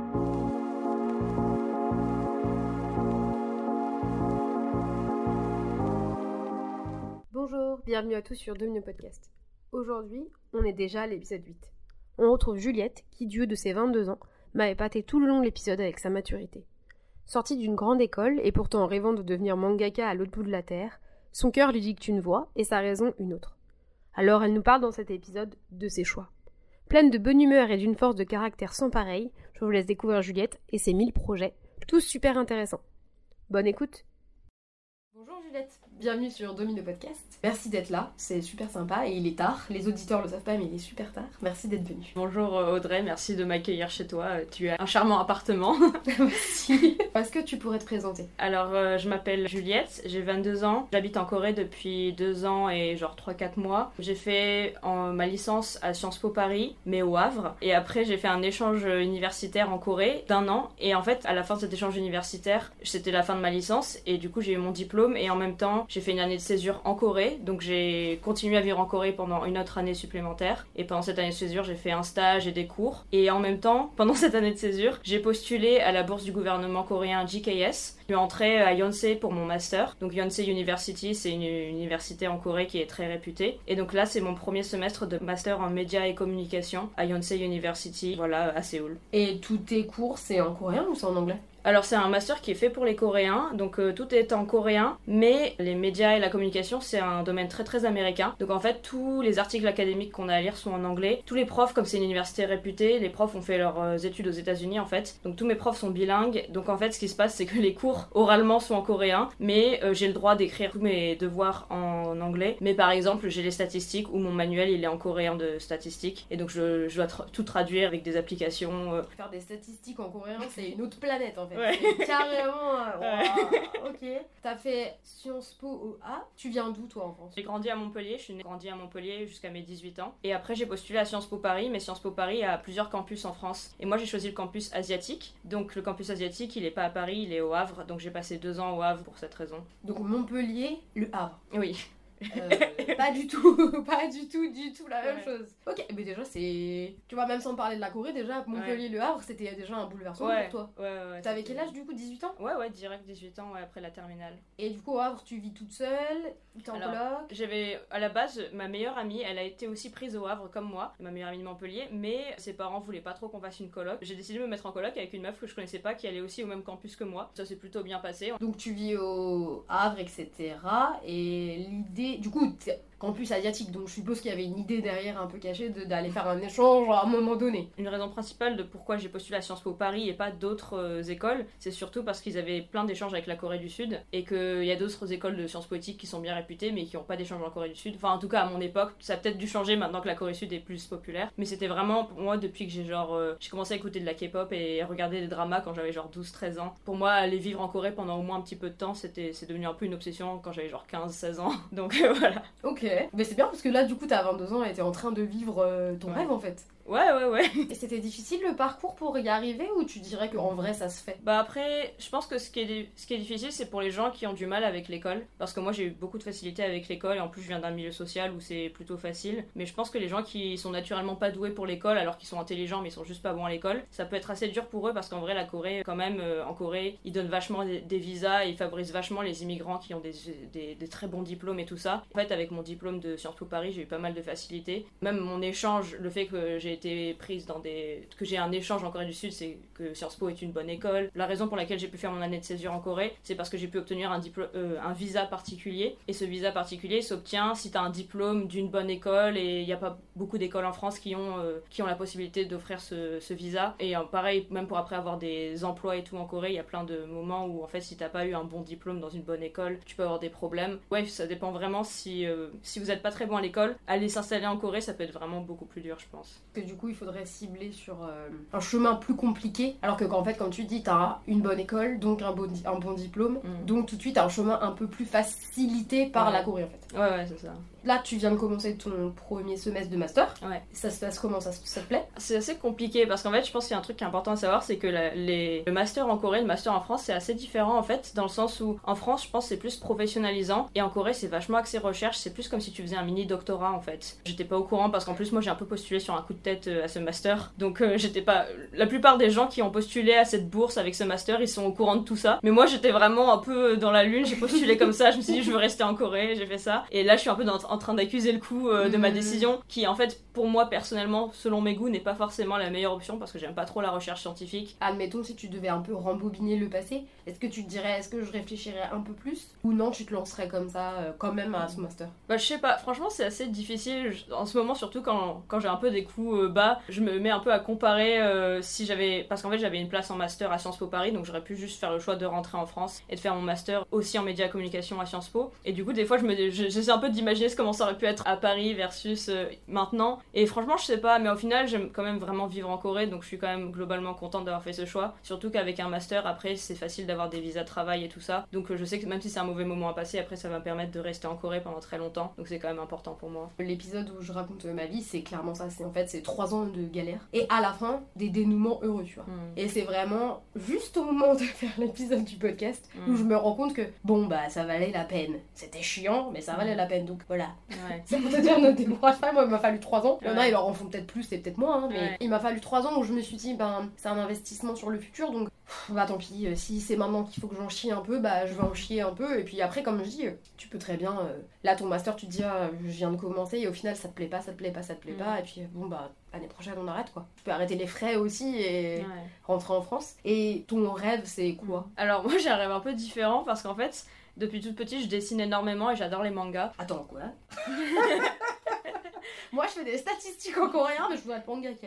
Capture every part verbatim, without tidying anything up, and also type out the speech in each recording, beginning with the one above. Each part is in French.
Bonjour, bienvenue à tous sur Domino Podcast. Aujourd'hui, on est déjà à l'épisode huit. On retrouve Juliette qui, du haut de ses vingt-deux ans, m'a épaté tout le long de l'épisode avec sa maturité. Sortie d'une grande école et pourtant rêvant de devenir mangaka à l'autre bout de la terre, son cœur lui dicte une voie et sa raison une autre. Alors elle nous parle dans cet épisode de ses choix. Pleine de bonne humeur et d'une force de caractère sans pareil, je vous laisse découvrir Juliette et ses mille projets, tous super intéressants. Bonne écoute. Bonjour Juliette, bienvenue sur Domino Podcast. Merci d'être là, c'est super sympa et il est tard. Les auditeurs le savent pas mais il est super tard. Merci d'être venue. Bonjour Audrey, merci de m'accueillir chez toi. Tu as un charmant appartement. Merci. Est-ce que tu pourrais te présenter? Alors euh, je m'appelle Juliette, j'ai vingt-deux ans. J'habite en Corée depuis deux ans et genre trois quatre mois. J'ai fait en, ma licence à Sciences Po Paris, mais au Havre. Et après j'ai fait un échange universitaire en Corée d'un an. Et en fait à la fin de cet échange universitaire, c'était la fin de ma licence et du coup j'ai eu mon diplôme. Et en même temps, j'ai fait une année de césure en Corée, donc j'ai continué à vivre en Corée pendant une autre année supplémentaire. Et pendant cette année de césure, j'ai fait un stage et des cours. Et en même temps, pendant cette année de césure, j'ai postulé à la bourse du gouvernement coréen J K S. Je suis entrée à Yonsei pour mon master. Donc Yonsei University, c'est une université en Corée qui est très réputée. Et donc là, c'est mon premier semestre de master en médias et communication à Yonsei University, voilà, à Séoul. Et tous tes cours, c'est en coréen ou c'est en anglais? Alors c'est un master qui est fait pour les Coréens, donc euh, tout est en coréen, mais les médias et la communication c'est un domaine très très américain. Donc en fait tous les articles académiques qu'on a à lire sont en anglais. Tous les profs, comme c'est une université réputée, les profs ont fait leurs euh, études aux États-Unis en fait. Donc tous mes profs sont bilingues. Donc en fait ce qui se passe c'est que les cours oralement sont en coréen, mais euh, j'ai le droit d'écrire tous mes devoirs en anglais. Mais par exemple j'ai les statistiques où mon manuel il est en coréen de statistiques et donc je, je dois tra- tout traduire avec des applications. Euh... Faire des statistiques en coréen c'est une autre planète en fait. Ouais. C'est carrément. Euh, Ouais. wow, ok. T'as fait Sciences Po au A. Tu viens d'où toi en France? J'ai grandi à Montpellier, je suis née grandi à Montpellier jusqu'à mes dix-huit ans. Et après j'ai postulé à Sciences Po Paris, mais Sciences Po Paris a plusieurs campus en France. Et moi j'ai choisi le campus asiatique. Donc le campus asiatique il est pas à Paris, il est au Havre. Donc j'ai passé deux ans au Havre pour cette raison. Donc Montpellier, le Havre. Oui. Euh, pas du tout, pas du tout, du tout la même Ouais. chose. Ok, mais déjà c'est... Tu vois, même sans parler de la Corée, déjà Montpellier-Le Havre, c'était déjà un bouleversement Ouais. pour toi. Ouais, ouais, ouais. T'avais c'était- quel âge du coup? dix-huit ans? Ouais, ouais, direct dix-huit ans, ouais, après la terminale. Et du coup au Havre, tu vis toute seule? T'es en Alors, coloc? J'avais, à la base, ma meilleure amie, elle a été aussi prise au Havre comme moi, ma meilleure amie de Montpellier, mais ses parents voulaient pas trop qu'on fasse une coloc. J'ai décidé de me mettre en coloc avec une meuf que je connaissais pas, qui allait aussi au même campus que moi. Ça s'est plutôt bien passé. Donc tu vis au Havre, et cetera. Et l'idée... Du coup, t'es campus asiatique, donc je suppose qu'il y avait une idée derrière un peu cachée de, d'aller faire un échange à un moment donné. Une raison principale de pourquoi j'ai postulé à Sciences Po Paris et pas d'autres euh, écoles, c'est surtout parce qu'ils avaient plein d'échanges avec la Corée du Sud et qu'il y a d'autres écoles de sciences politiques qui sont bien réputées mais qui n'ont pas d'échange en Corée du Sud. Enfin, en tout cas, à mon époque, ça a peut-être dû changer maintenant que la Corée du Sud est plus populaire. Mais c'était vraiment, pour moi, depuis que j'ai genre... Euh, j'ai commencé à écouter de la K-pop et regarder des dramas quand j'avais genre douze treize ans. Pour moi, aller vivre en Corée pendant au moins un petit peu de temps, c'était, c'est devenu un peu une obsession quand j'avais genre quinze seize ans. Donc euh, voilà. Ok, mais c'est bien parce que là du coup t'as vingt-deux ans et t'es en train de vivre euh, ton Ouais. rêve en fait. Ouais, ouais, ouais. Et c'était difficile le parcours pour y arriver ou tu dirais qu'en vrai ça se fait? Bah après, je pense que ce qui est, ce qui est difficile, c'est pour les gens qui ont du mal avec l'école. Parce que moi, j'ai eu beaucoup de facilité avec l'école et en plus, je viens d'un milieu social où c'est plutôt facile. Mais je pense que les gens qui sont naturellement pas doués pour l'école, alors qu'ils sont intelligents mais ils sont juste pas bons à l'école, ça peut être assez dur pour eux parce qu'en vrai, la Corée, quand même, euh, en Corée, ils donnent vachement des, des visas et ils favorisent vachement les immigrants qui ont des, des, des très bons diplômes et tout ça. En fait, avec mon diplôme de Sciences Po Paris, j'ai eu pas mal de facilité. Même mon échange, le fait que j'ai été prise dans des... que j'ai un échange en Corée du Sud, c'est que Sciences Po est une bonne école. La raison pour laquelle j'ai pu faire mon année de césure en Corée, c'est parce que j'ai pu obtenir un, diplôme, euh, un visa particulier. Et ce visa particulier s'obtient si tu as un diplôme d'une bonne école et il n'y a pas beaucoup d'écoles en France qui ont, euh, qui ont la possibilité d'offrir ce, ce visa. Et euh, pareil, même pour après avoir des emplois et tout en Corée, il y a plein de moments où en fait si t'as pas eu un bon diplôme dans une bonne école, tu peux avoir des problèmes. Ouais, ça dépend vraiment si, euh, si vous êtes pas très bon à l'école, aller s'installer en Corée, ça peut être vraiment beaucoup plus dur, je pense. Que du coup il faudrait cibler sur euh, un chemin plus compliqué, alors que qu'en fait quand tu dis t'as une bonne école, donc un bon, di- un bon diplôme, Mm. donc tout de suite t'as un chemin un peu plus facilité par Ouais. la Corée en fait. Ouais, ouais, c'est ça. Là, tu viens de commencer ton premier semestre de master. Ouais. Ça se passe comment, ça, ça te plaît? C'est assez compliqué parce qu'en fait, je pense qu'il y a un truc qui est important à savoir, c'est que la, les, le master en Corée, le master en France, c'est assez différent en fait, dans le sens où en France, je pense c'est plus professionnalisant et en Corée, c'est vachement axé recherche, c'est plus comme si tu faisais un mini doctorat en fait. J'étais pas au courant parce qu'en plus, moi j'ai un peu postulé sur un coup de tête à ce master, donc euh, j'étais pas. La plupart des gens qui ont postulé à cette bourse avec ce master, ils sont au courant de tout ça, mais moi j'étais vraiment un peu dans la lune, j'ai postulé comme ça, je me suis dit je veux rester en Corée, j'ai fait ça, et là je suis un peu dans, en train d'accuser le coup euh, de ma décision, qui en fait pour moi personnellement, selon mes goûts, n'est pas forcément la meilleure option parce que j'aime pas trop la recherche scientifique. Admettons, si tu devais un peu rembobiner le passé, est-ce que tu te dirais, est-ce que je réfléchirais un peu plus, ou non, tu te lancerais comme ça euh, quand même à ce master? Bah je sais pas, franchement c'est assez difficile en ce moment, surtout quand, quand j'ai un peu des coups euh, bas, je me mets un peu à comparer euh, si j'avais, parce qu'en fait j'avais une place en master à Sciences Po Paris, donc j'aurais pu juste faire le choix de rentrer en France et de faire mon master aussi en médias et communication à Sciences Po, et du coup des fois je me, je, j'essaie un peu d'imaginer comment ça aurait pu être à Paris versus euh, maintenant, et franchement je sais pas, mais au final j'aime quand même vraiment vivre en Corée, donc je suis quand même globalement contente d'avoir fait ce choix, surtout qu'avec un master après c'est facile d'avoir des visas de travail et tout ça, donc euh, je sais que même si c'est un mauvais moment à passer, après ça va me permettre de rester en Corée pendant très longtemps, donc c'est quand même important pour moi. L'épisode où je raconte ma vie, c'est clairement ça, c'est en fait c'est trois ans de galère et à la fin des dénouements heureux, tu vois. Mm. Et c'est vraiment juste au moment de faire l'épisode du podcast mm. où je me rends compte que bon bah ça valait la peine. C'était chiant mais ça valait la peine, donc voilà. Ouais. C'est pour te dire notre découragement. Moi il m'a fallu trois ans. Il y en a ouais. ils leur en font peut-être plus et peut-être moins, hein, mais ouais. il m'a fallu trois ans où je me suis dit ben c'est un investissement sur le futur, donc pff, bah tant pis, euh, si c'est maintenant qu'il faut que j'en chie un peu, bah je vais en chier un peu, et puis après comme je dis, euh, tu peux très bien euh, là ton master tu te dis ah, je viens de commencer et au final ça te plaît pas, ça te plaît pas, ça te plaît mm. pas, et puis bon bah l'année prochaine on arrête quoi. Tu peux arrêter les frais aussi et ouais. rentrer en France. Et ton rêve c'est quoi? Alors moi j'ai un rêve un peu différent parce qu'en fait depuis toute petite je dessine énormément et j'adore les mangas. Attends quoi? Moi je fais des statistiques en coréen mais je voudrais être mangaka.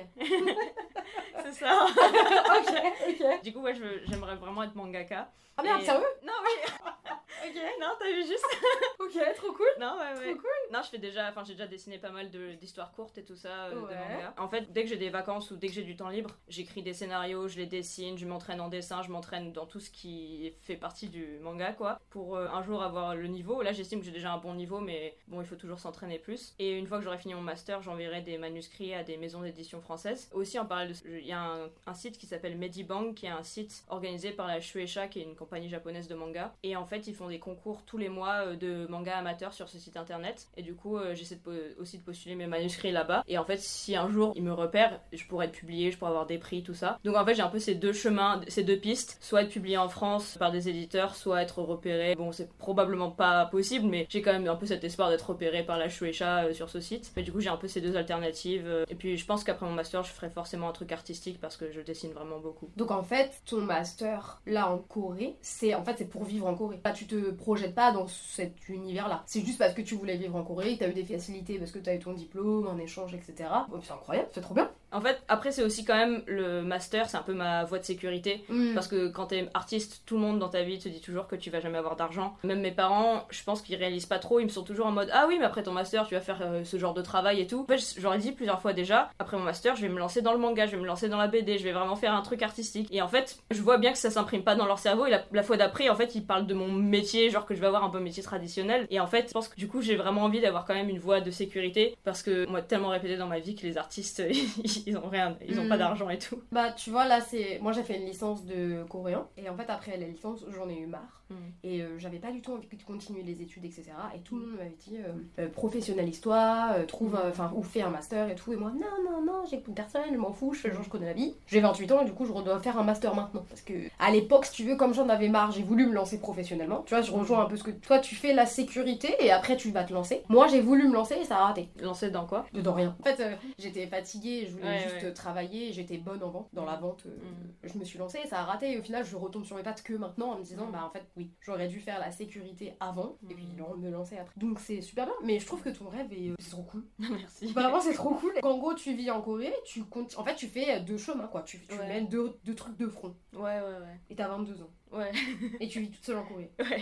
C'est ça. Ok, ok. Du coup ouais je, j'aimerais vraiment être mangaka. Ah merde, et... sérieux? Non oui. Ok. Non t'as vu juste. Ok, trop cool. Non ouais ouais. Trop cool. Non je fais déjà, enfin j'ai déjà dessiné pas mal de, d'histoires courtes et tout ça, euh, ouais. de mangas. En fait dès que j'ai des vacances ou dès que j'ai du temps libre, j'écris des scénarios, je les dessine, je m'entraîne en dessin, je m'entraîne dans tout ce qui fait partie du manga quoi, pour euh, un jour avoir le niveau. Là j'estime que j'ai déjà un bon niveau mais bon il faut toujours s'entraîner plus. Et une fois que j'aurai fini mon master, j'enverrai des manuscrits à des maisons d'édition françaises. Aussi en parallèle, il y a un, un site qui s'appelle Medibang qui est un site organisé par la Shueisha qui est une compagnie japonaise de manga. Et en fait ils font des concours tous les mois de manga amateurs sur ce site internet. Et du coup euh, j'essaie de po- aussi de postuler mes manuscrits là-bas. Et en fait si un jour ils me repèrent, je pourrais être publié, je pourrais avoir des prix, tout ça. Donc en fait j'ai un peu ces deux chemins, ces deux pistes. Soit être publié en France par des éditeurs, soit être repéré. Bon c'est probablement pas possible mais j'ai quand même un peu cet espoir d'être repéré par la Shueisha euh, sur ce site. Mais du coup j'ai un peu ces deux alternatives. Euh, et puis je pense qu'après mon master je ferai forcément un truc artistique parce que je dessine vraiment beaucoup. Donc en fait ton master là en Corée, c'est en fait c'est pour vivre en Corée. Là tu te projettes pas dans cet univers là. C'est juste parce que tu voulais vivre en Corée, que t'as eu des facilités parce que t'as eu ton diplôme, un échange, et cetera. Bon, c'est incroyable, c'est trop bien. En fait, après, c'est aussi quand même le master, c'est un peu ma voie de sécurité. Mmh. Parce que quand t'es artiste, tout le monde dans ta vie te dit toujours que tu vas jamais avoir d'argent. Même mes parents, je pense qu'ils réalisent pas trop, ils me sont toujours en mode ah oui, mais après ton master, tu vas faire euh, ce genre de travail et tout. En fait, j'aurais dit plusieurs fois déjà, après mon master, je vais me lancer dans le manga, je vais me lancer dans la B D, je vais vraiment faire un truc artistique. Et en fait, je vois bien que ça s'imprime pas dans leur cerveau. Et la, la fois d'après, en fait, ils parlent de mon métier, genre que je vais avoir un peu métier traditionnel. Et en fait, je pense que du coup, j'ai vraiment envie d'avoir quand même une voie de sécurité. Parce que moi, tellement répété dans ma vie que les artistes, ils ont rien, ils ont mmh. pas d'argent et tout. Bah, tu vois, là, c'est. Moi, j'ai fait une licence de coréen. Et en fait, après la licence, j'en ai eu marre. Mmh. Et euh, j'avais pas du tout envie de continuer les études, et cetera. Et tout le monde m'avait dit euh, euh, professionnalise-toi, euh, trouve, enfin, euh, ou fais un master et tout. Et moi, non, non, non, j'écoute personne, je m'en fous, je, genre, je connais la vie. J'ai vingt-huit ans et du coup, je dois faire un master maintenant. Parce que, à l'époque, si tu veux, comme j'en avais marre, j'ai voulu me lancer professionnellement. Tu vois, je rejoins un peu ce que toi, tu fais la sécurité et après, tu vas te lancer. Moi, j'ai voulu me lancer et ça a raté. Lancer dans quoi? Dans rien. En fait, euh, j'étais fatiguée, je voulais ouais, juste ouais. travailler, j'étais bonne en vente. Dans la vente, euh, mmh. je me suis lancée et ça a raté. Et au final, je retombe sur mes pattes que maintenant en me disant, mmh. bah en fait, oui, j'aurais dû faire la sécurité avant mmh. et puis me lancer après. Donc c'est super bien, mais je trouve que ton rêve est c'est trop cool. Merci. Vraiment, c'est trop cool. En gros, tu vis en Corée, tu comptes... en fait, tu fais deux chemins quoi. Tu, tu ouais. mènes deux, deux trucs de front. Ouais, ouais, ouais. Et t'as vingt-deux ans. Ouais. Et tu vis toute seule en Corée. Ouais.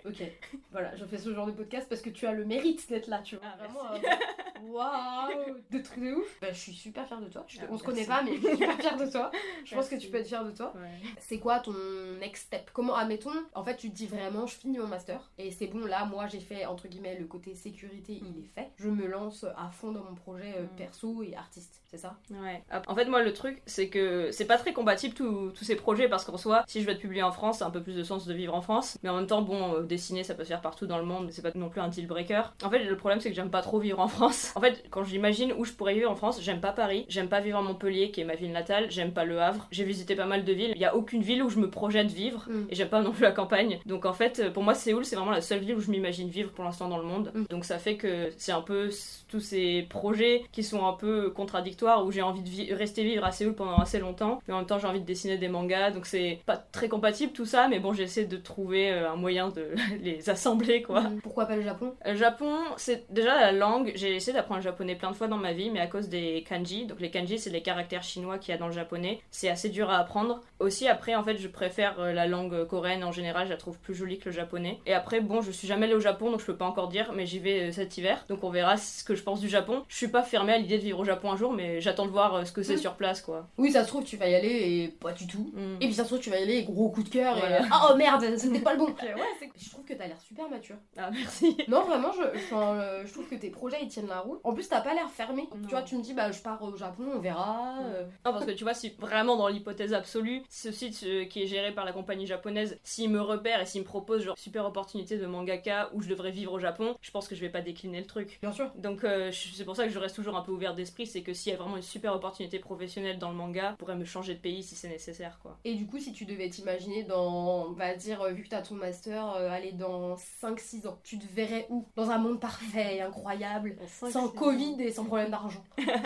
Ok, voilà, je fais ce genre de podcast parce que tu as le mérite d'être là, tu vois. Ah, vraiment, euh, waouh, de trucs de ouf. Bah, je suis super fière de toi. Je te- Ah, on se merci. connaît pas, mais je suis super fière de toi. Je pense que Merci. tu peux être fière de toi. Ouais. C'est quoi ton next step? Comment, admettons, en fait, tu te dis vraiment, je finis mon master et c'est bon, là, moi, j'ai fait entre guillemets le côté sécurité, il est fait. Je me lance à fond dans mon projet euh, Mm. perso et artiste, c'est ça? Ouais. En fait, moi, le truc, c'est que c'est pas très compatible tous tous ces projets parce qu'en soi, si je veux être publié en France, c'est un peu plus de sens de vivre en France. Mais en même temps, bon, euh, dessiner, ça peut se faire partout dans le monde, mais c'est pas non plus un deal breaker. En fait, le problème, c'est que j'aime pas trop vivre en France. En fait, quand j'imagine où je pourrais vivre en France, j'aime pas Paris, j'aime pas vivre à Montpellier, qui est ma ville natale, j'aime pas Le Havre. J'ai visité pas mal de villes. Il y a aucune ville où je me projette vivre Mm. et j'aime pas non plus la campagne. Donc en fait, pour moi, Séoul, c'est vraiment la seule ville où je m'imagine vivre pour l'instant dans le monde. Mm. Donc ça fait que c'est un peu s- tous ces projets qui sont un peu contradictoires où j'ai envie de vi- rester vivre à Séoul pendant assez longtemps, mais en même temps j'ai envie de dessiner des mangas, donc c'est pas très compatible tout ça, mais bon, j'essaie de trouver euh, un moyen de les assembler quoi. Mm. Pourquoi pas le Japon? Le Japon, c'est déjà la langue. J'ai essayé d'apprendre le japonais plein de fois dans ma vie, mais à cause des kanji. Donc les kanji, c'est les caractères chinois qu'il y a dans le japonais. C'est assez dur à apprendre. Aussi, après, en fait, je préfère euh, la langue coréenne en général. Je la trouve plus jolie que le japonais. Et après, bon, je suis jamais allée au Japon, donc je peux pas encore dire, mais j'y vais euh, cet hiver. Donc on verra ce que je pense du Japon. Je suis pas fermée à l'idée de vivre au Japon un jour, mais j'attends de voir euh, ce que c'est Mm. sur place, quoi. Oui, ça se trouve, tu vas y aller et pas du tout. Mm. Et puis ça se trouve, tu vas y aller et gros coup de cœur Voilà. et oh merde, c'était pas le bon. Ouais, c'est- je trouve que t'as l'air super mature. Ah, merci. Non, vraiment, je, enfin, euh, je trouve que tes projets ils tiennent la route. En plus, t'as pas l'air fermé. Non. Tu vois, tu me dis, bah je pars au Japon, on verra. euh. Non, parce que tu vois, si vraiment dans l'hypothèse absolue, ce site euh, qui est géré par la compagnie japonaise, s'il me repère et s'il me propose genre super opportunité de mangaka où je devrais vivre au Japon, je pense que je vais pas décliner le truc. Bien sûr. Donc euh, je- c'est pour ça que je reste toujours un peu ouvert d'esprit, c'est que s'il y a vraiment une super opportunité professionnelle dans le manga, je pourrais me changer de pays si c'est nécessaire quoi. Et du coup, si tu devais t'imaginer dans, on va dire, euh, vu que t'as ton master, euh, aller dans cinq six ans, tu te verrais où? Dans un monde parfait, incroyable, sans Covid et sans problème d'argent.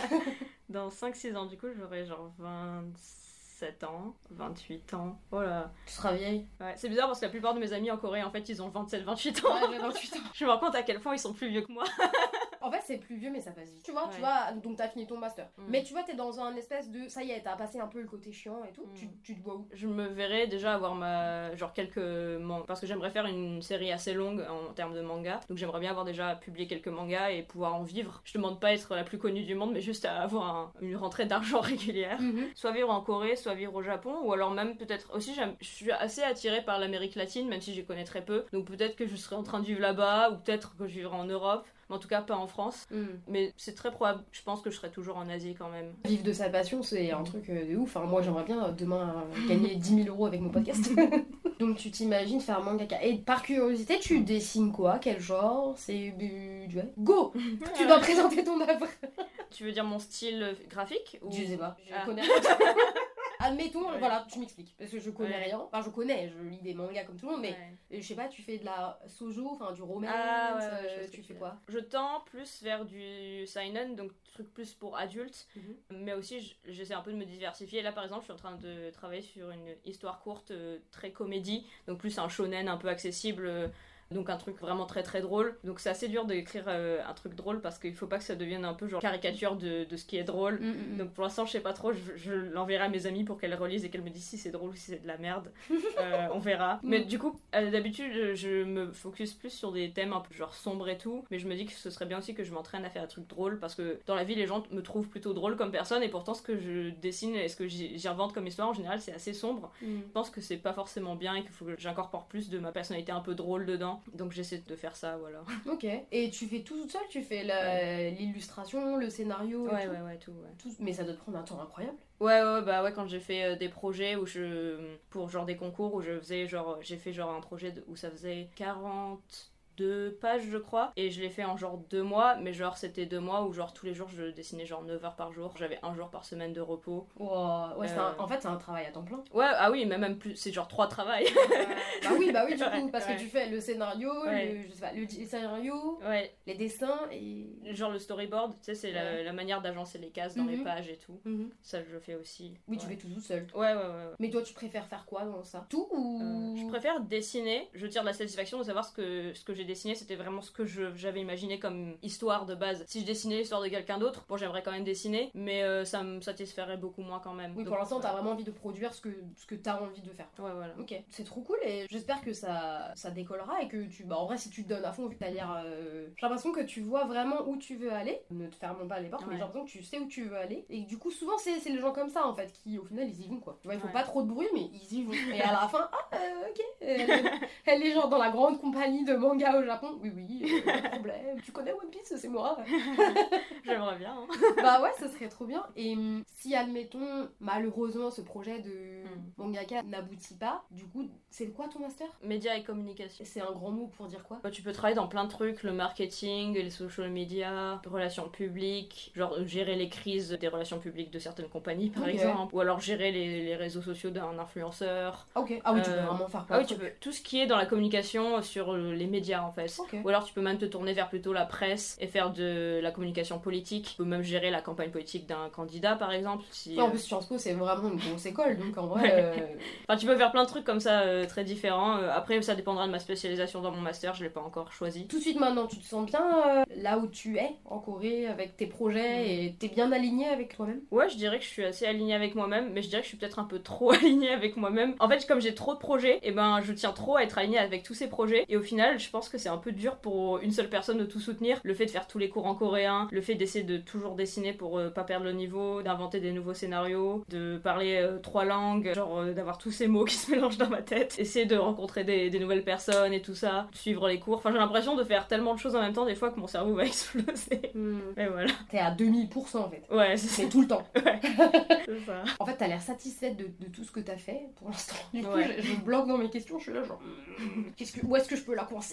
Dans cinq six ans, du coup, j'aurai genre vingt-sept ans, vingt-huit ans. Voilà. Tu seras vieille. Ouais, c'est bizarre parce que la plupart de mes amis en Corée, en fait, ils ont vingt-sept vingt-huit ans. Ouais, j'ai vingt-huit ans. Je me rends compte à quel point ils sont plus vieux que moi. En fait, c'est plus vieux, mais ça passe vite. Tu vois, tu Ouais. vois, donc t'as fini ton master. Mm. Mais tu vois, t'es dans un espèce de. Ça y est, t'as passé un peu le côté chiant et tout. Mm. Tu, tu te vois où? Je me verrais déjà avoir ma genre quelques mangas parce que j'aimerais faire une série assez longue en termes de manga. Donc j'aimerais bien avoir déjà publié quelques mangas et pouvoir en vivre. Je demande pas être la plus connue du monde mais juste à avoir un- une rentrée d'argent régulière. Mhm. Soit vivre en Corée, soit vivre au Japon ou alors même peut-être aussi j'aime- je suis assez attirée par l'Amérique latine même si j'y connais très peu. Donc peut-être que je serais en train de vivre là-bas ou peut-être que je vivrais en Europe. Mais en tout cas pas en France. Mm. Mais c'est très probable. Je pense que je serai toujours en Asie quand même. Vivre de sa passion, c'est un truc euh, de ouf. Enfin, moi, j'aimerais bien euh, demain euh, gagner dix mille euros avec mon podcast. Donc, tu t'imagines faire mangaka. Et par curiosité, tu dessines quoi? Quel genre? C'est. euh, tu vois, go! Tu dois présenter ton œuvre. Tu veux dire mon style graphique ou... Je sais pas. Je Ah. connais rien. Admettons, Ouais. voilà, tu m'expliques. Parce que je connais Ouais. rien. Enfin, je connais, je lis des mangas comme tout le monde, mais Ouais. euh, je sais pas, tu fais de la sojo, enfin du romance, Ah, ouais, ouais, euh, je vois ce que tu tu fais veux quoi? Je tends plus vers du seinen, donc truc plus pour adultes, Mhm. mais aussi j- j'essaie un peu de me diversifier. Là par exemple, je suis en train de travailler sur une histoire courte euh, très comédie, donc plus un shonen un peu accessible. euh, Donc un truc vraiment très très drôle. Donc c'est assez dur d'écrire euh, un truc drôle parce qu'il faut pas que ça devienne un peu genre caricature de, de ce qui est drôle. Mm, mm, mm. Donc pour l'instant je sais pas trop, je, je l'enverrai à mes amis pour qu'elles relisent et qu'elles me disent si c'est drôle ou si c'est de la merde. Euh, on verra. Mais du coup, euh, d'habitude je, je me focus plus sur des thèmes un peu genre sombres et tout. Mais je me dis que ce serait bien aussi que je m'entraîne à faire un truc drôle parce que dans la vie les gens me trouvent plutôt drôle comme personne et pourtant ce que je dessine et ce que j'y j'y invente comme histoire en général c'est assez sombre. Mm. Je pense que c'est pas forcément bien et qu'il faut que j'incorpore plus de ma personnalité un peu drôle dedans. Donc j'essaie de faire ça, voilà. Ok. Et tu fais tout toute seule? Tu fais la- l'illustration, le scénario et Ouais, tout ouais, ouais, tout, ouais. Tout- Mais ça doit te prendre un temps incroyable. Ouais, ouais, bah ouais, quand j'ai fait euh, des projets où je. Pour genre des concours où je faisais genre. J'ai fait genre un projet de- où ça faisait quarante-deux pages, je crois. Et je l'ai fait en genre deux mois, mais genre c'était deux mois où genre tous les jours je dessinais genre neuf heures par jour. J'avais un jour par semaine de repos. Wow. Ouais, c'est un- Euh. en fait, c'est un travail à temps plein. Ouais, ah oui, mais même plus. C'est genre trois travails. Bah oui, bah oui, du Ouais, coup, parce ouais. que tu fais le scénario, Ouais. le, je sais pas, le, le scénario, Ouais, les dessins et. genre le storyboard, tu sais, c'est la, Ouais. la manière d'agencer les cases dans les Mhm. pages et tout. Mhm. Ça, je le fais aussi. Oui, tu Ouais. fais tout tout seul. Ouais, ouais, ouais. ouais. Mais toi, tu préfères faire quoi dans ça? Tout ou. Euh, je préfère dessiner, je tire de la satisfaction de savoir ce que, ce que j'ai dessiné, c'était vraiment ce que je, j'avais imaginé comme histoire de base. Si je dessinais l'histoire de quelqu'un d'autre, bon, j'aimerais quand même dessiner, mais euh, ça me satisferait beaucoup moins quand même. Oui, Donc, pour l'instant, ouais. t'as vraiment envie de produire ce que, ce que t'as envie de faire. Ouais, voilà. Ok, c'est trop cool et j'espère que ça, ça décollera et que tu... Bah en vrai, si tu te donnes à fond, vu que t'as l'air... Euh... J'ai l'impression que tu vois vraiment où tu veux aller. Ne te ferme pas les portes, ouais. mais j'ai l'impression que tu sais où tu veux aller. Et du coup, souvent, c'est, c'est les gens comme ça, en fait, qui, au final, ils y vont, quoi. Tu vois, il faut ouais. pas trop de bruit, mais ils y vont. Et à la fin, ah, euh, ok. Elle, elle est genre dans la grande compagnie de manga au Japon. Oui, oui, euh, pas de problème. Tu connais One Piece, c'est moi. J'aimerais bien. Hein. Bah ouais, ça serait trop bien. Et hum, si, admettons, malheureusement, ce projet de mm. mangaka n'aboutit pas, du coup, c'est quoi ton master ? Médias et communication. C'est un grand mot pour dire quoi ? Bah, tu peux travailler dans plein de trucs, le marketing, les social media, relations publiques, genre gérer les crises des relations publiques de certaines compagnies par okay. exemple, ou alors gérer les, les réseaux sociaux d'un influenceur. Ok, ah oui, euh, tu peux vraiment faire plein ah de oui, trucs. Tu peux, tout ce qui est dans la communication sur les médias en fait. Okay. Ou alors tu peux même te tourner vers plutôt la presse et faire de la communication politique. Tu peux même gérer la campagne politique d'un candidat par exemple. Si, ouais, en plus Sciences Po c'est vraiment une grosse école, donc en vrai... Euh... enfin tu peux faire plein de trucs comme ça euh, très différents. Euh, après ça dépendra de ma spécialisation dans mon master, je l'ai pas encore choisi. Tout de suite maintenant, tu te sens bien euh, là où tu es en Corée avec tes projets mmh. et t'es bien aligné avec toi-même ? Ouais, je dirais que je suis assez alignée avec moi-même, mais je dirais que je suis peut-être un peu trop alignée avec moi-même. En fait, comme j'ai trop de projets, et ben je tiens trop à être alignée avec tous ces projets, et au final, je pense que c'est un peu dur pour une seule personne de tout soutenir. Le fait de faire tous les cours en coréen, le fait d'essayer de toujours dessiner pour euh, pas perdre le niveau, d'inventer des nouveaux scénarios, de parler euh, trois langues, genre euh, d'avoir tous ces mots qui se mélangent dans ma tête, essayer de rencontrer des, des nouvelles personnes et tout ça, suivre les cours. Enfin, j'ai l'impression de faire tellement de choses en même temps des fois que mon cerveau va exploser. Mm. Et voilà. T'es à deux mille pour cent en fait. Ouais, c'est mais tout le temps. Ouais. C'est ça. En fait, t'as l'air satisfaite de, de tout ce que t'as fait pour l'instant. Du coup, ouais. je, je bloque dans mes questions, je suis là genre... Qu'est-ce que, où est-ce que je peux la coincer ?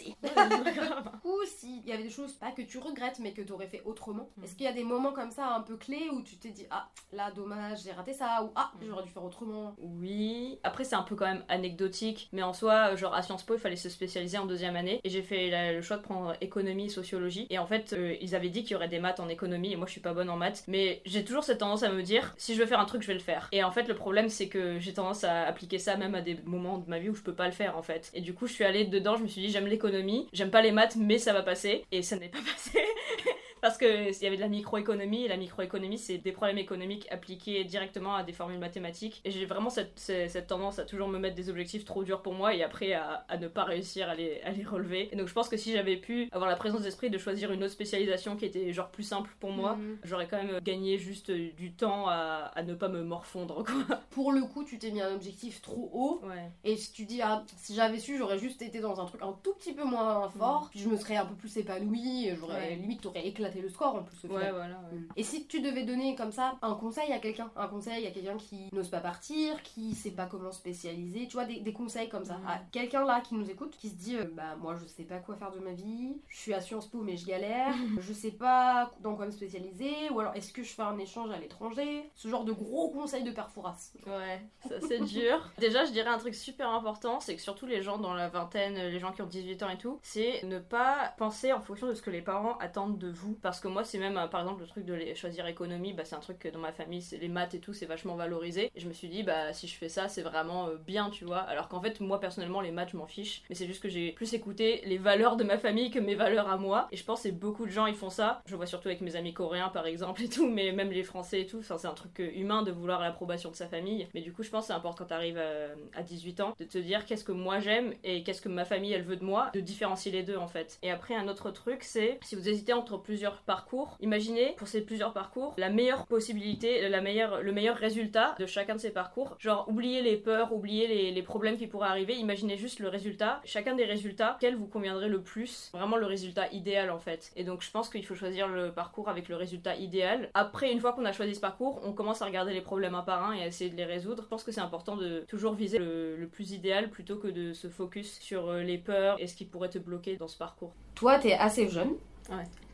Ou s'il y avait des choses, pas que tu regrettes, mais que t'aurais fait autrement. Mm. Est-ce qu'il y a des moments comme ça un peu clés où tu t'es dit « Ah, là, dommage, j'ai raté ça » ou « Ah, j'aurais dû faire autrement » ? Oui. Après, c'est un peu quand même anecdotique, mais en soi, genre à Sciences Po, il fallait se spécialiser en deuxième année, et j'ai fait la, le choix de prendre économie et sociologie. Et en fait, euh, ils avaient dit qu'il y aurait des maths en économie, et moi je suis pas bonne en maths, mais j'ai toujours cette tendance à me dire si je veux faire un truc, je vais le faire. Et en fait, le problème, c'est que j'ai tendance à appliquer ça même à des moments de ma vie où je peux pas le faire en fait. Et du coup, je suis allée dedans, je me suis dit j'aime l'économie, j'aime pas les maths, mais ça va passer, et ça n'est pas passé. Parce qu'il y avait de la microéconomie, et la microéconomie, c'est des problèmes économiques appliqués directement à des formules mathématiques. Et j'ai vraiment cette, cette tendance à toujours me mettre des objectifs trop durs pour moi, et après à, à ne pas réussir à les, à les relever. Et donc je pense que si j'avais pu avoir la présence d'esprit de choisir une autre spécialisation qui était genre plus simple pour moi, mmh. j'aurais quand même gagné juste du temps à, à ne pas me morfondre, quoi. Pour le coup, tu t'es mis un objectif trop haut, ouais. et si tu dis, ah, si j'avais su, j'aurais juste été dans un truc un tout petit peu moins fort, mmh. puis je me serais un peu plus épanouie, j'aurais ouais. limite, t'aurais éclaté le score en plus. Ouais, voilà, ouais. Et si tu devais donner comme ça un conseil à quelqu'un, un conseil à quelqu'un qui n'ose pas partir, qui sait pas comment spécialiser, tu vois, des, des conseils comme ça, mmh. à quelqu'un là qui nous écoute, qui se dit, euh, bah moi je sais pas quoi faire de ma vie, je suis à Sciences Po mais je galère, je sais pas dans quoi me spécialiser, ou alors est-ce que je fais un échange à l'étranger, ce genre de gros conseils de père Fouras. Ouais, ça c'est dur. Déjà, je dirais un truc super important, c'est que surtout les gens dans la vingtaine, les gens qui ont dix-huit ans et tout, c'est ne pas penser en fonction de ce que les parents attendent de vous, parce que moi c'est même par exemple le truc de les choisir économie, bah c'est un truc que dans ma famille c'est les maths et tout, c'est vachement valorisé, et je me suis dit bah si je fais ça c'est vraiment euh, bien, tu vois, alors qu'en fait moi personnellement les maths je m'en fiche, mais c'est juste que j'ai plus écouté les valeurs de ma famille que mes valeurs à moi, et je pense que beaucoup de gens ils font ça, je vois surtout avec mes amis coréens par exemple et tout, mais même les français et tout, enfin, c'est un truc humain de vouloir l'approbation de sa famille, mais du coup je pense que c'est important quand t'arrives à, à dix-huit ans de te dire qu'est-ce que moi j'aime et qu'est-ce que ma famille elle veut de moi, de différencier les deux en fait. Et après un autre truc c'est si vous hésitez entre plusieurs parcours, imaginez pour ces plusieurs parcours la meilleure possibilité, la meilleure, le meilleur résultat de chacun de ces parcours, genre oubliez les peurs, oubliez les, les problèmes qui pourraient arriver, imaginez juste le résultat, chacun des résultats, quel vous conviendrait le plus, vraiment le résultat idéal en fait. Et donc je pense qu'il faut choisir le parcours avec le résultat idéal. Après une fois qu'on a choisi ce parcours, on commence à regarder les problèmes un par un et à essayer de les résoudre. Je pense que c'est important de toujours viser le, le plus idéal plutôt que de se focus sur les peurs et ce qui pourrait te bloquer dans ce parcours. Toi t'es assez jeune. Ouais.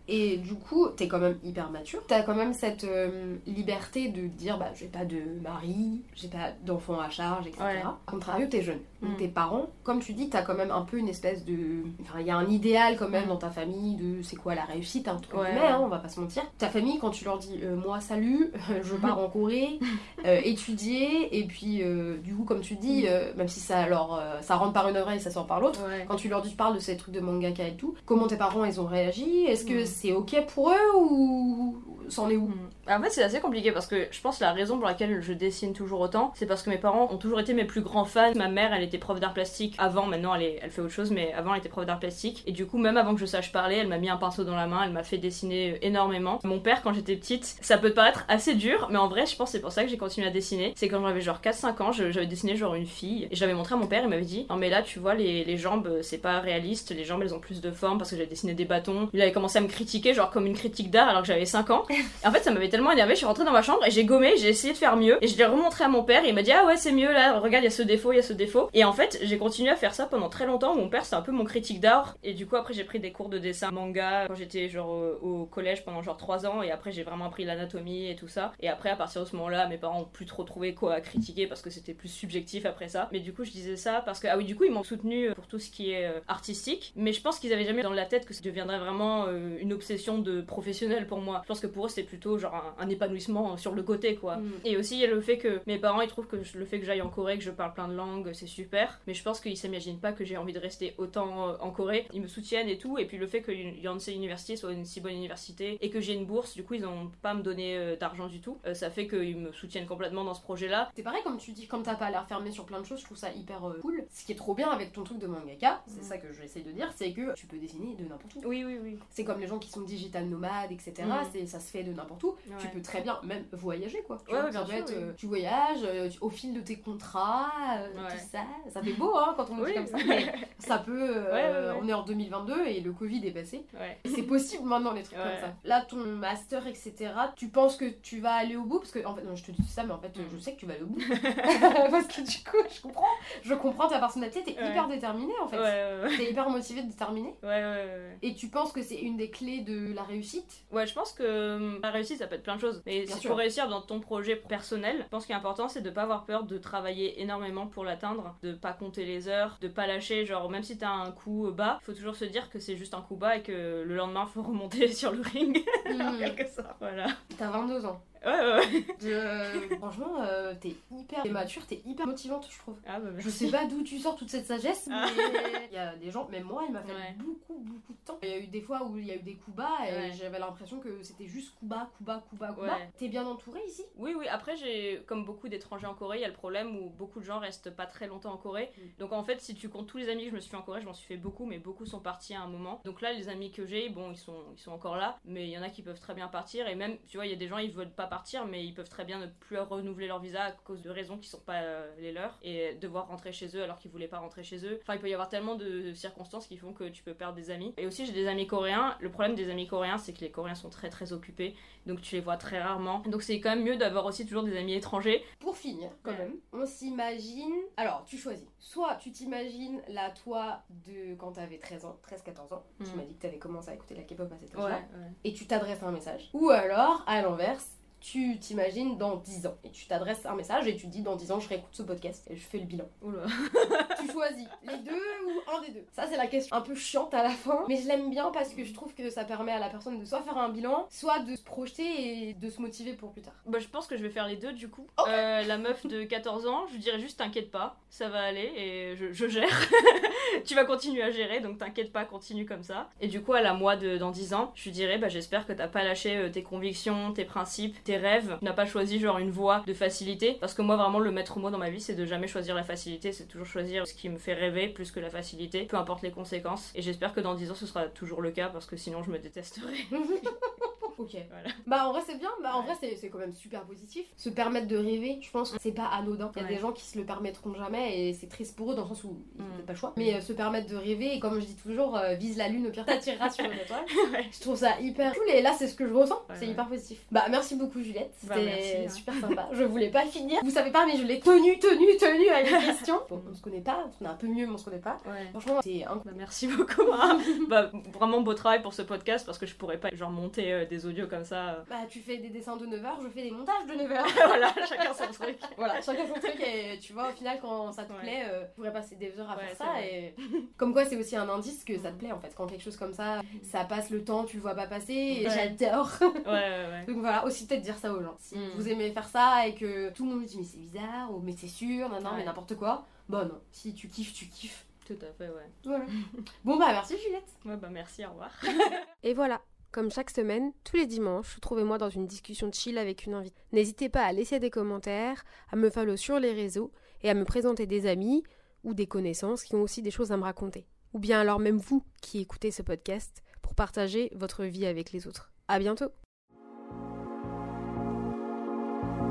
Et du coup, t'es quand même hyper mature. T'as quand même cette euh, liberté de dire, bah, j'ai pas de mari, j'ai pas d'enfant à charge, et cetera. Ouais. A contrario, t'es jeune. Donc mm. tes parents, comme tu dis, t'as quand même un peu une espèce de... Enfin, il y a un idéal quand même mm. dans ta famille de c'est quoi la réussite, hein, entre guillemets, ouais. hein, on va pas se mentir. Ta famille, quand tu leur dis, euh, moi, salut, je pars en Corée, euh, étudier, et puis, euh, du coup, comme tu dis, euh, même si ça, alors, euh, ça rentre par une oreille et ça sort par l'autre, ouais. quand tu leur dis, tu parles de ces trucs de mangaka et tout, comment tes parents, ils ont réagi? Est-ce que mm. c'est ok pour eux ou c'en est où? mm. En fait, c'est assez compliqué parce que je pense que la raison pour laquelle je dessine toujours autant, c'est parce que mes parents ont toujours été mes plus grands fans. Ma mère, elle était prof d'art plastique avant, maintenant elle, est, elle fait autre chose, mais avant elle était prof d'art plastique. Et du coup, même avant que je sache parler, elle m'a mis un pinceau dans la main, elle m'a fait dessiner énormément. Mon père, quand j'étais petite, ça peut te paraître assez dur, mais en vrai, je pense que c'est pour ça que j'ai continué à dessiner. C'est quand j'avais genre quatre cinq ans, je, j'avais dessiné genre une fille, et j'avais montré à mon père, il m'avait dit non mais là, tu vois, les, les jambes, c'est pas réaliste, les jambes elles ont plus de forme parce que j'avais dessiné des bâtons. Il avait commencé à me critiquer, genre comme une critique d'art alors que j'avais cinq ans. Et en fait, ça m'avait tellement énervé, je suis rentrée dans ma chambre et j'ai gommé, j'ai essayé de faire mieux, et je l'ai remontré à mon père, et il m'a dit ah ouais, c'est mieux là, regarde, il y a ce défaut, il y a ce défaut. Et en fait, j'ai continué à faire ça pendant très longtemps. Mon père, c'est un peu mon critique d'art, et du coup, après, j'ai pris des cours de dessin manga quand j'étais genre au, au collège pendant genre trois ans, et après, j'ai vraiment appris l'anatomie et tout ça. Et après, à partir de ce moment-là, mes parents ont plus trop trouvé quoi à critiquer parce que c'était plus subjectif après ça. Mais du coup, je disais ça parce que, ah oui, du coup, ils m'ont soutenu pour tout ce qui est euh, artistique, mais je pense qu'ils avaient jamais dans la tête que ça deviendrait vraiment euh, une obsession de professionnel pour moi. Je pense que pour eux, c'était plutôt genre un, un épanouissement sur le côté, quoi. Mm. Et aussi, il y a le fait que mes parents, ils trouvent que je, le fait que j'aille en Corée, que je parle plein de langues, c'est super, mais je pense qu'ils s'imaginent pas que j'ai envie de rester autant euh, en Corée. Ils me soutiennent et tout, et puis le fait que Yonsei University soit une si bonne université et que j'ai une bourse, du coup, ils ont pas à me donner euh, d'argent du tout. Euh, ça fait qu'ils me soutiennent complètement dans ce projet-là. C'est pareil, comme tu dis, comme t'as pas l'air fermé sur plein de choses, je trouve ça hyper euh, cool. Ce qui est trop bien avec ton truc de mangaka, c'est mm. ça que j'essaie de dire, c'est que tu peux dessiner de n'importe où. Oui, oui, oui. C'est comme les gens qui sont digital nomades, et cetera. Mm. C'est, ça se fait de n'importe où. Ouais. Tu peux très bien même voyager, quoi. Tu, ouais, vois, ouais, bien sûr, être, oui. euh, tu voyages euh, tu, au fil de tes contrats, euh, ouais. tout ça. Ça fait beau, hein, quand on le dit comme ça. Mais ça peut. Euh, ouais, ouais, ouais. On est en deux mille vingt-deux et le Covid est passé. Ouais. C'est possible maintenant, les trucs ouais. comme ça. Là, ton master, et cetera. Tu penses que tu vas aller au bout? Parce que, en fait, non, je te dis ça, mais en fait, mm. je sais que tu vas aller au bout. Parce que du coup, je comprends. Je comprends ta personnalité. T'es ouais. hyper déterminée, en fait. Ouais, ouais, ouais. T'es hyper motivée, déterminée. Ouais, ouais, ouais. Et tu penses que c'est une des clés de la réussite? Ouais, je pense que la réussite, ça peut être plein de choses. Mais Bien si sûr. Pour réussir dans ton projet personnel, je pense qu'il est important, c'est de pas avoir peur de travailler énormément pour l'atteindre, de pas compter les heures, de pas lâcher. Genre, même si t'as un coup bas, faut toujours se dire que c'est juste un coup bas et que le lendemain, faut remonter sur le ring. Mmh. Quelque ça, voilà. T'as vingt-deux ans. Ouais, ouais, ouais. De... Franchement, euh, t'es hyper mature, t'es hyper motivante, je trouve. Ah bah je sais pas d'où tu sors toute cette sagesse, mais il y a des gens, même moi, il m'a fait ouais. beaucoup, beaucoup de temps. Il y a eu des fois où il y a eu des coups bas et ouais. j'avais l'impression que c'était juste coup bas, coup bas, coup bas, coup bas. Ouais. T'es bien entourée ici? Oui, oui. Après, j'ai, comme beaucoup d'étrangers en Corée, il y a le problème où beaucoup de gens restent pas très longtemps en Corée. Mm. Donc en fait, si tu comptes tous les amis que je me suis fait en Corée, je m'en suis fait beaucoup, mais beaucoup sont partis à un moment. Donc là, les amis que j'ai, bon, ils sont, ils sont encore là, mais il y en a qui peuvent très bien partir. Et même, tu vois, il y a des gens, ils veulent pas partir, mais ils peuvent très bien ne plus renouveler leur visa à cause de raisons qui sont pas euh, les leurs et devoir rentrer chez eux alors qu'ils voulaient pas rentrer chez eux. Enfin, il peut y avoir tellement de circonstances qui font que tu peux perdre des amis. Et aussi, j'ai des amis coréens. Le problème des amis coréens, c'est que les Coréens sont très très occupés, donc tu les vois très rarement. Donc c'est quand même mieux d'avoir aussi toujours des amis étrangers. Pour finir, quand ouais. même, on s'imagine... Alors, tu choisis. Soit tu t'imagines la toi de quand t'avais treize ans, treize quatorze ans. Mm. Tu m'as dit que t'avais commencé à écouter la K-pop à cet âge-là. Ouais, ouais. Et tu t'adresses un message. Ou alors, à l'inverse, tu t'imagines dans dix ans et tu t'adresses un message et tu te dis dans dix ans je réécoute ce podcast et je fais le bilan. Oula. Tu choisis les deux ou un des deux. Ça c'est la question un peu chiante à la fin, mais je l'aime bien parce que je trouve que ça permet à la personne de soit faire un bilan, soit de se projeter et de se motiver pour plus tard. Bah je pense que je vais faire les deux du coup. Okay. Euh, la meuf de quatorze ans, je dirais juste t'inquiète pas, ça va aller et je, je gère. Tu vas continuer à gérer donc t'inquiète pas, continue comme ça. Et du coup à la moi de dans dix ans, je dirais bah j'espère que t'as pas lâché euh, tes convictions, tes principes, tes rêves, n'a pas choisi genre une voie de facilité, parce que moi vraiment le maître mot dans ma vie c'est de jamais choisir la facilité, c'est toujours choisir ce qui me fait rêver plus que la facilité, peu importe les conséquences, et j'espère que dans dix ans ce sera toujours le cas parce que sinon je me détesterai. Ok. Voilà. Bah en vrai c'est bien, bah en Ouais. vrai c'est, c'est quand même super positif. Se permettre de rêver, je pense que c'est pas anodin. Il y a Ouais. des gens qui se le permettront jamais et c'est triste pour eux dans le sens où ils n'ont Mm. peut-être pas le choix. Mais euh, se permettre de rêver, et comme je dis toujours, euh, vise la lune, au pire t'attireras sur une étoile. Ouais. Je trouve ça hyper cool et là c'est ce que je ressens, Ouais, c'est ouais. hyper positif. Bah merci beaucoup Juliette, Bah, c'était merci, hein. super sympa. Je voulais pas finir, vous savez pas mais je l'ai tenu, tenu, tenu à une question. Bon, on se connaît pas, on se connaît un peu mieux mais on se connaît pas. Ouais. Franchement c'est incroyable. Bah, merci beaucoup. Hein. Bah, vraiment beau travail pour ce podcast parce que je pourrais pas genre monter euh, des audios comme ça. euh. Bah tu fais des dessins de neuf heures, je fais des montages de neuf heures. Voilà, chacun son truc. Voilà, chacun son truc et tu vois au final quand ça te Ouais. plaît, euh, tu pourrais passer des heures à Ouais, faire c'est ça vrai. et comme quoi c'est aussi un indice que ça te plaît en fait. Quand quelque chose comme ça, ça passe le temps, tu le vois pas passer et Ouais. j'adore. Ouais, ouais, ouais. Donc voilà, aussi peut-être dire ça aux gens. Si Mm. vous aimez faire ça et que tout le monde dit mais c'est bizarre ou mais c'est sûr, non non Ouais. mais n'importe quoi, bah non, si tu kiffes, tu kiffes. Tout à fait, ouais. Voilà. Bon bah merci Juliette. Ouais, bah merci, au revoir. Et voilà, comme chaque semaine, tous les dimanches, trouvez-moi dans une discussion chill avec une invitée. N'hésitez pas à laisser des commentaires, à me follow sur les réseaux et à me présenter des amis ou des connaissances qui ont aussi des choses à me raconter. Ou bien alors même vous qui écoutez ce podcast pour partager votre vie avec les autres. À bientôt!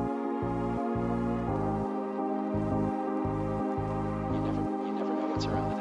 You never, you never know what's around the